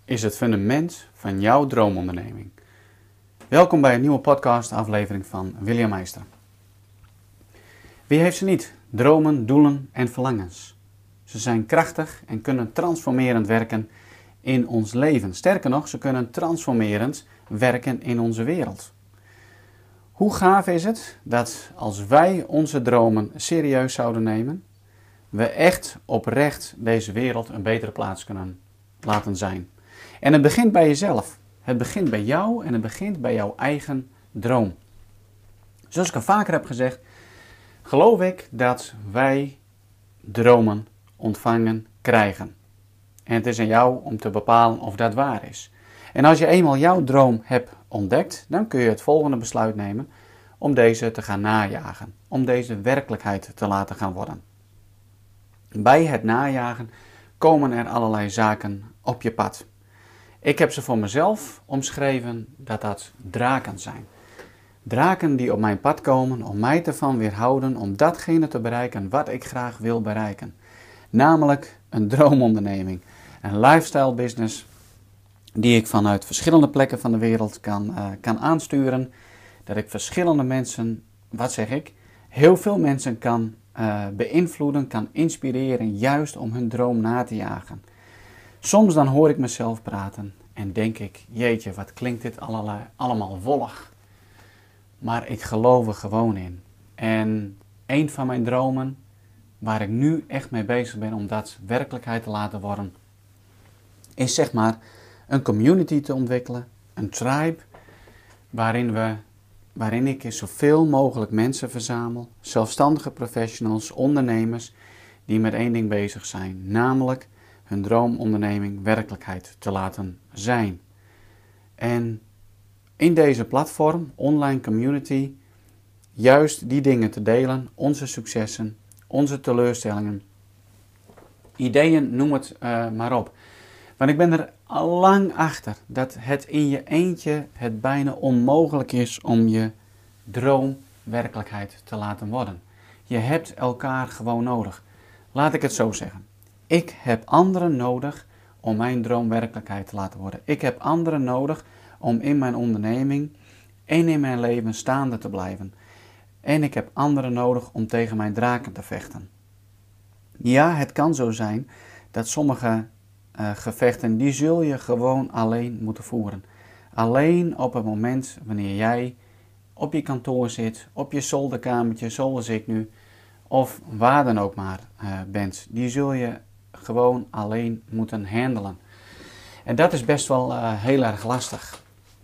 is het fundament van jouw droomonderneming. Welkom bij een nieuwe podcast-aflevering van William Meister. Wie heeft ze niet? Dromen, doelen en verlangens. Ze zijn krachtig en kunnen transformerend werken in ons leven. Sterker nog, ze kunnen transformerend werken in onze wereld. Hoe gaaf is het dat als wij onze dromen serieus zouden nemen, we echt oprecht deze wereld een betere plaats kunnen laten zijn. En het begint bij jezelf. Het begint bij jou en het begint bij jouw eigen droom. Zoals ik al vaker heb gezegd, geloof ik dat wij dromen ontvangen krijgen. En het is aan jou om te bepalen of dat waar is. En als je eenmaal jouw droom hebt ontdekt, dan kun je het volgende besluit nemen om deze te gaan najagen. Om deze werkelijkheid te laten gaan worden. Bij het najagen komen er allerlei zaken op je pad. Ik heb ze voor mezelf omschreven dat draken zijn. Draken die op mijn pad komen om mij ervan weerhouden om datgene te bereiken wat ik graag wil bereiken. Namelijk een droomonderneming, een lifestyle business die ik vanuit verschillende plekken van de wereld kan aansturen. Dat ik verschillende mensen, heel veel mensen kan beïnvloeden, kan inspireren juist om hun droom na te jagen. Soms dan hoor ik mezelf praten en denk ik, jeetje, wat klinkt dit allemaal wollig. Maar ik geloof er gewoon in. En een van mijn dromen, waar ik nu echt mee bezig ben om dat werkelijkheid te laten worden, is een community te ontwikkelen, een tribe, waarin ik zoveel mogelijk mensen verzamel, zelfstandige professionals, ondernemers, die met één ding bezig zijn, namelijk hun droomonderneming werkelijkheid te laten zijn. En in deze platform, online community, juist die dingen te delen, onze successen, onze teleurstellingen, ideeën, noem het maar op. Want ik ben er al lang achter dat het in je eentje het bijna onmogelijk is om je droom werkelijkheid te laten worden. Je hebt elkaar gewoon nodig. Laat ik het zo zeggen. Ik heb anderen nodig om mijn droom werkelijkheid te laten worden. Ik heb anderen nodig om in mijn onderneming en in mijn leven staande te blijven. En ik heb anderen nodig om tegen mijn draken te vechten. Ja, het kan zo zijn dat sommige gevechten, die zul je gewoon alleen moeten voeren. Alleen op het moment wanneer jij op je kantoor zit, op je zolderkamertje zoals ik nu, of waar dan ook maar bent, die zul je gewoon alleen moeten handelen. En dat is best wel heel erg lastig.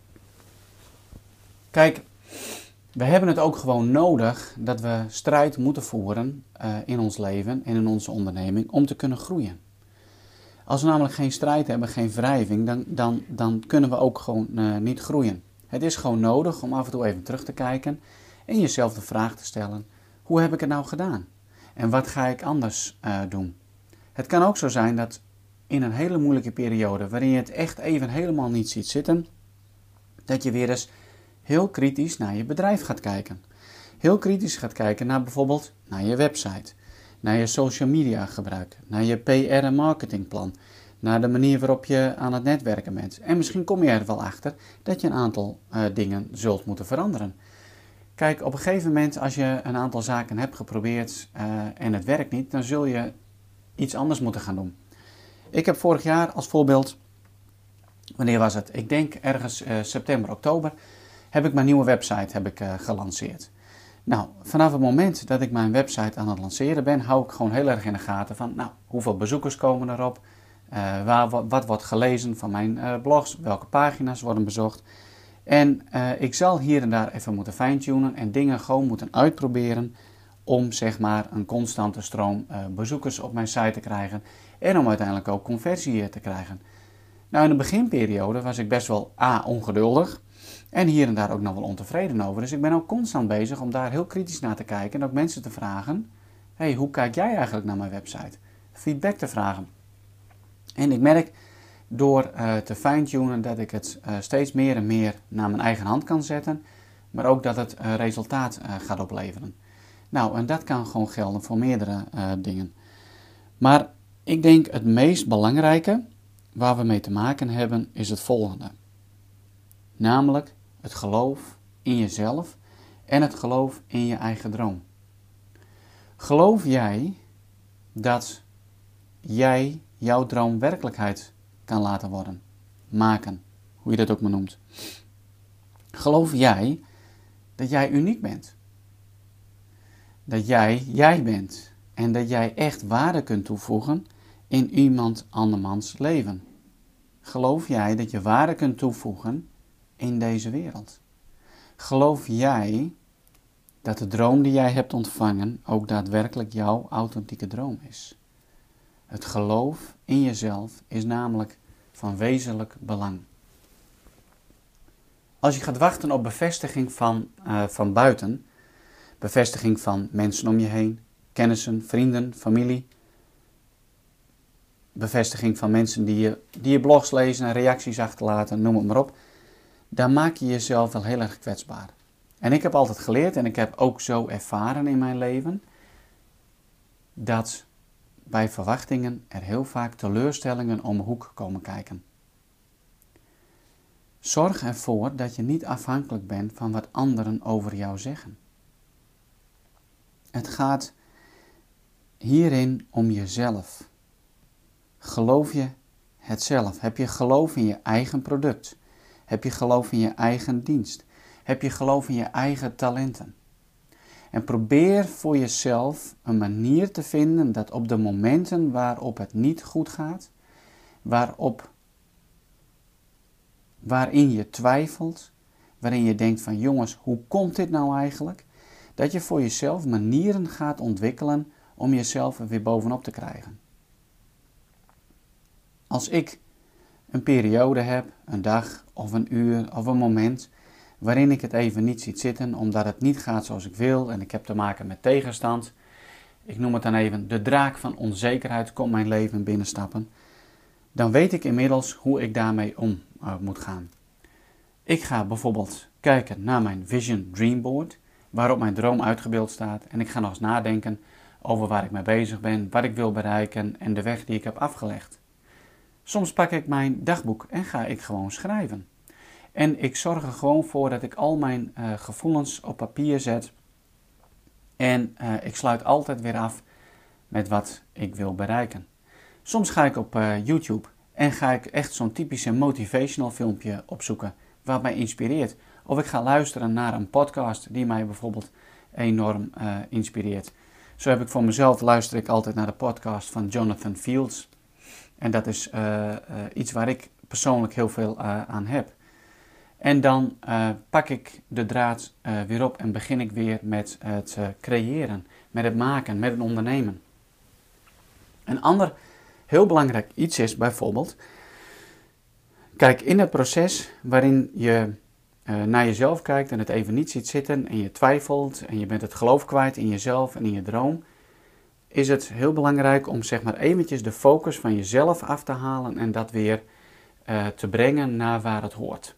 Kijk, we hebben het ook gewoon nodig dat we strijd moeten voeren in ons leven en in onze onderneming om te kunnen groeien. Als we namelijk geen strijd hebben, geen wrijving, dan kunnen we ook gewoon niet groeien. Het is gewoon nodig om af en toe even terug te kijken en jezelf de vraag te stellen: hoe heb ik het nou gedaan? En wat ga ik anders doen? Het kan ook zo zijn dat in een hele moeilijke periode, waarin je het echt even helemaal niet ziet zitten, dat je weer eens heel kritisch naar je bedrijf gaat kijken. Heel kritisch gaat kijken naar bijvoorbeeld naar je website, naar je social media gebruik, naar je PR en marketingplan, naar de manier waarop je aan het netwerken bent. En misschien kom je er wel achter dat je een aantal dingen zult moeten veranderen. Kijk, op een gegeven moment als je een aantal zaken hebt geprobeerd en het werkt niet, dan zul je iets anders moeten gaan doen. Ik heb vorig jaar als voorbeeld, wanneer was het? Ik denk ergens september, oktober, heb ik mijn nieuwe website gelanceerd. Nou, vanaf het moment dat ik mijn website aan het lanceren ben, hou ik gewoon heel erg in de gaten van, hoeveel bezoekers komen erop, wat wordt gelezen van mijn blogs, welke pagina's worden bezocht. En ik zal hier en daar even moeten fine-tunen en dingen gewoon moeten uitproberen om een constante stroom bezoekers op mijn site te krijgen en om uiteindelijk ook conversie te krijgen. Nou, in de beginperiode was ik best wel ongeduldig en hier en daar ook nog wel ontevreden over. Dus ik ben ook constant bezig om daar heel kritisch naar te kijken en ook mensen te vragen: hey, hoe kijk jij eigenlijk naar mijn website? Feedback te vragen. En ik merk door te fine-tunen dat ik het steeds meer en meer naar mijn eigen hand kan zetten, maar ook dat het resultaat gaat opleveren. Nou, en dat kan gewoon gelden voor meerdere dingen. Maar ik denk het meest belangrijke waar we mee te maken hebben is het volgende. Namelijk het geloof in jezelf en het geloof in je eigen droom. Geloof jij dat jij jouw droom werkelijkheid kan laten worden? Maken, hoe je dat ook maar noemt. Geloof jij dat jij uniek bent? Dat jij bent en dat jij echt waarde kunt toevoegen in iemand andermans leven? Geloof jij dat je waarde kunt toevoegen in deze wereld? Geloof jij dat de droom die jij hebt ontvangen ook daadwerkelijk jouw authentieke droom is? Het geloof in jezelf is namelijk van wezenlijk belang. Als je gaat wachten op bevestiging van buiten, bevestiging van mensen om je heen, kennissen, vrienden, familie, bevestiging van mensen die je blogs lezen en reacties achterlaten, noem het maar op, dan maak je jezelf wel heel erg kwetsbaar. En ik heb altijd geleerd en ik heb ook zo ervaren in mijn leven, dat bij verwachtingen er heel vaak teleurstellingen om de hoek komen kijken. Zorg ervoor dat je niet afhankelijk bent van wat anderen over jou zeggen. Het gaat hierin om jezelf. Geloof je het zelf? Heb je geloof in je eigen product? Heb je geloof in je eigen dienst? Heb je geloof in je eigen talenten? En probeer voor jezelf een manier te vinden dat op de momenten waarop het niet goed gaat, waarin je twijfelt, waarin je denkt van jongens, hoe komt dit nou eigenlijk? Dat je voor jezelf manieren gaat ontwikkelen om jezelf er weer bovenop te krijgen. Als ik een periode heb, een dag of een uur of een moment, waarin ik het even niet ziet zitten omdat het niet gaat zoals ik wil en ik heb te maken met tegenstand. Ik noem het dan even de draak van onzekerheid komt mijn leven binnenstappen. Dan weet ik inmiddels hoe ik daarmee om moet gaan. Ik ga bijvoorbeeld kijken naar mijn Vision Dream Board, waarop mijn droom uitgebeeld staat. En ik ga nog eens nadenken over waar ik mee bezig ben, wat ik wil bereiken en de weg die ik heb afgelegd. Soms pak ik mijn dagboek en ga ik gewoon schrijven. En ik zorg er gewoon voor dat ik al mijn gevoelens op papier zet. En ik sluit altijd weer af met wat ik wil bereiken. Soms ga ik op YouTube en ga ik echt zo'n typische motivational filmpje opzoeken wat mij inspireert. Of ik ga luisteren naar een podcast die mij bijvoorbeeld enorm inspireert. Zo heb ik voor mezelf, luister ik altijd naar de podcast van Jonathan Fields. En dat is iets waar ik persoonlijk heel veel aan heb. En dan pak ik de draad weer op en begin ik weer met het creëren, met het maken, met het ondernemen. Een ander heel belangrijk iets is bijvoorbeeld, kijk, in het proces waarin je naar jezelf kijkt en het even niet ziet zitten en je twijfelt en je bent het geloof kwijt in jezelf en in je droom, is het heel belangrijk om zeg maar eventjes de focus van jezelf af te halen en dat weer te brengen naar waar het hoort.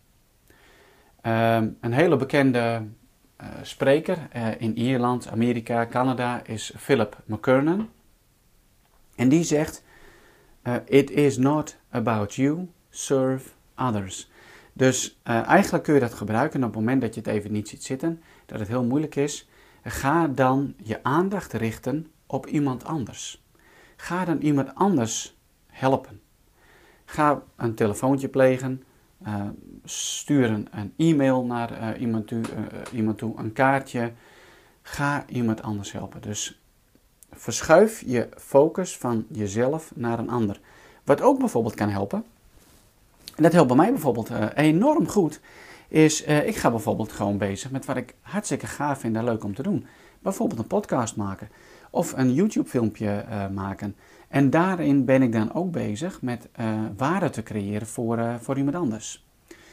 Een hele bekende spreker in Ierland, Amerika, Canada is Philip McKernan. En die zegt, it is not about you, serve others. Dus eigenlijk kun je dat gebruiken op het moment dat je het even niet ziet zitten, dat het heel moeilijk is. Ga dan je aandacht richten op iemand anders. Ga dan iemand anders helpen. Ga een telefoontje plegen. Stuur een e-mail naar iemand toe, een kaartje. Ga iemand anders helpen. Dus verschuif je focus van jezelf naar een ander. Wat ook bijvoorbeeld kan helpen, en dat helpt bij mij bijvoorbeeld enorm goed, is ik ga bijvoorbeeld gewoon bezig met wat ik hartstikke gaaf vind en leuk om te doen. Bijvoorbeeld een podcast maken of een YouTube filmpje maken. En daarin ben ik dan ook bezig met waarde te creëren voor iemand anders.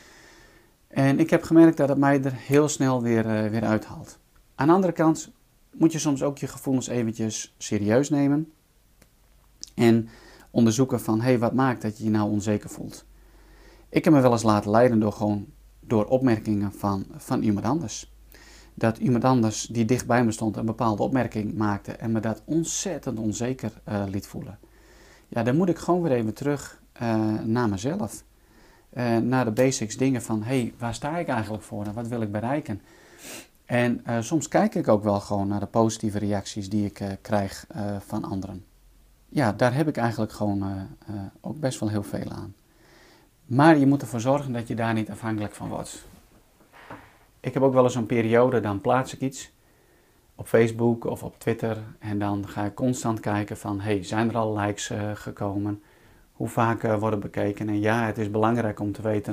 En ik heb gemerkt dat het mij er heel snel weer uithaalt. Aan de andere kant moet je soms ook je gevoelens eventjes serieus nemen. En onderzoeken van, wat maakt dat je je nou onzeker voelt? Ik heb me wel eens laten leiden door opmerkingen van iemand anders. Dat iemand anders die dicht bij me stond een bepaalde opmerking maakte en me dat ontzettend onzeker liet voelen. Ja, dan moet ik gewoon weer even terug naar mezelf. Naar de basics dingen van, waar sta ik eigenlijk voor en wat wil ik bereiken? En soms kijk ik ook wel gewoon naar de positieve reacties die ik krijg van anderen. Ja, daar heb ik eigenlijk gewoon ook best wel heel veel aan. Maar je moet ervoor zorgen dat je daar niet afhankelijk van wordt. Ik heb ook wel eens een periode, dan plaats ik iets op Facebook of op Twitter. En dan ga ik constant kijken van, zijn er al likes gekomen? Hoe vaak worden bekeken? En ja, het is belangrijk om te weten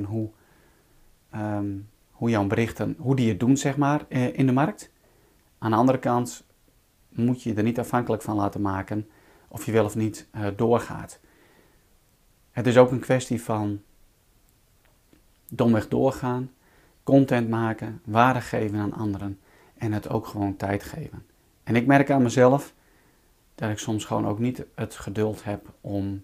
hoe jouw berichten, hoe die het doen, zeg maar, in de markt. Aan de andere kant moet je er niet afhankelijk van laten maken of je wel of niet doorgaat. Het is ook een kwestie van domweg doorgaan, content maken, waarde geven aan anderen en het ook gewoon tijd geven. En ik merk aan mezelf dat ik soms gewoon ook niet het geduld heb om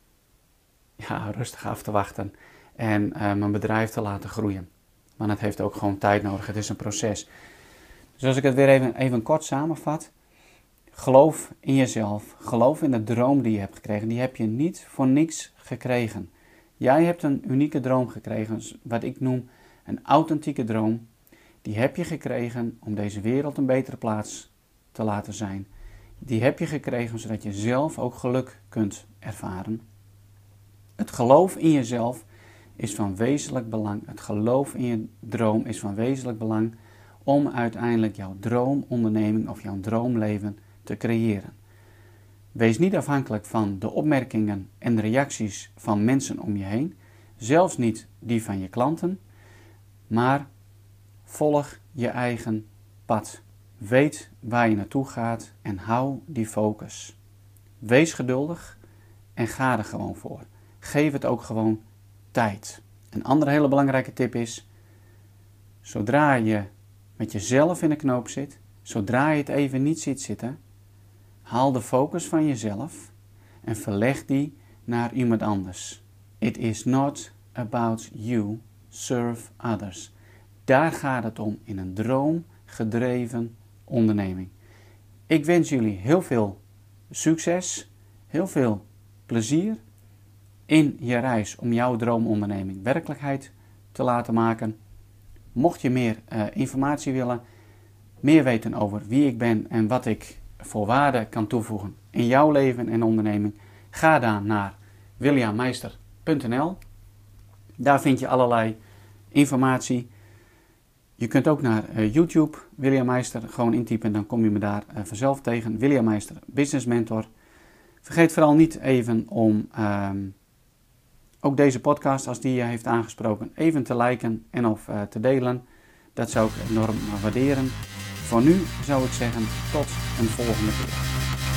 rustig af te wachten en mijn bedrijf te laten groeien. Want het heeft ook gewoon tijd nodig, het is een proces. Dus als ik het weer even kort samenvat, geloof in jezelf, geloof in de droom die je hebt gekregen. Die heb je niet voor niks gekregen. Jij hebt een unieke droom gekregen, wat ik noem een authentieke droom. Die heb je gekregen om deze wereld een betere plaats te laten zijn. Die heb je gekregen zodat je zelf ook geluk kunt ervaren. Het geloof in jezelf is van wezenlijk belang. Het geloof in je droom is van wezenlijk belang om uiteindelijk jouw droomonderneming of jouw droomleven te creëren. Wees niet afhankelijk van de opmerkingen en de reacties van mensen om je heen, zelfs niet die van je klanten, maar volg je eigen pad. Weet waar je naartoe gaat en hou die focus. Wees geduldig en ga er gewoon voor. Geef het ook gewoon tijd. Een andere hele belangrijke tip is, zodra je met jezelf in de knoop zit, zodra je het even niet ziet zitten, haal de focus van jezelf en verleg die naar iemand anders. It is not about you, serve others. Daar gaat het om in een droomgedreven onderneming. Ik wens jullie heel veel succes, heel veel plezier in je reis om jouw droomonderneming werkelijkheid te laten maken. Mocht je meer informatie willen, meer weten over wie ik ben en wat ik voor waarde kan toevoegen in jouw leven en onderneming, ga dan naar williammeister.nl. Daar vind je allerlei informatie. Je kunt ook naar YouTube William Meister gewoon intypen, dan kom je me daar vanzelf tegen. William Meister, Business Mentor. Vergeet vooral niet even om ook deze podcast, als die je heeft aangesproken, even te liken en of te delen. Dat zou ik enorm waarderen. Voor nu zou ik zeggen, tot een volgende keer.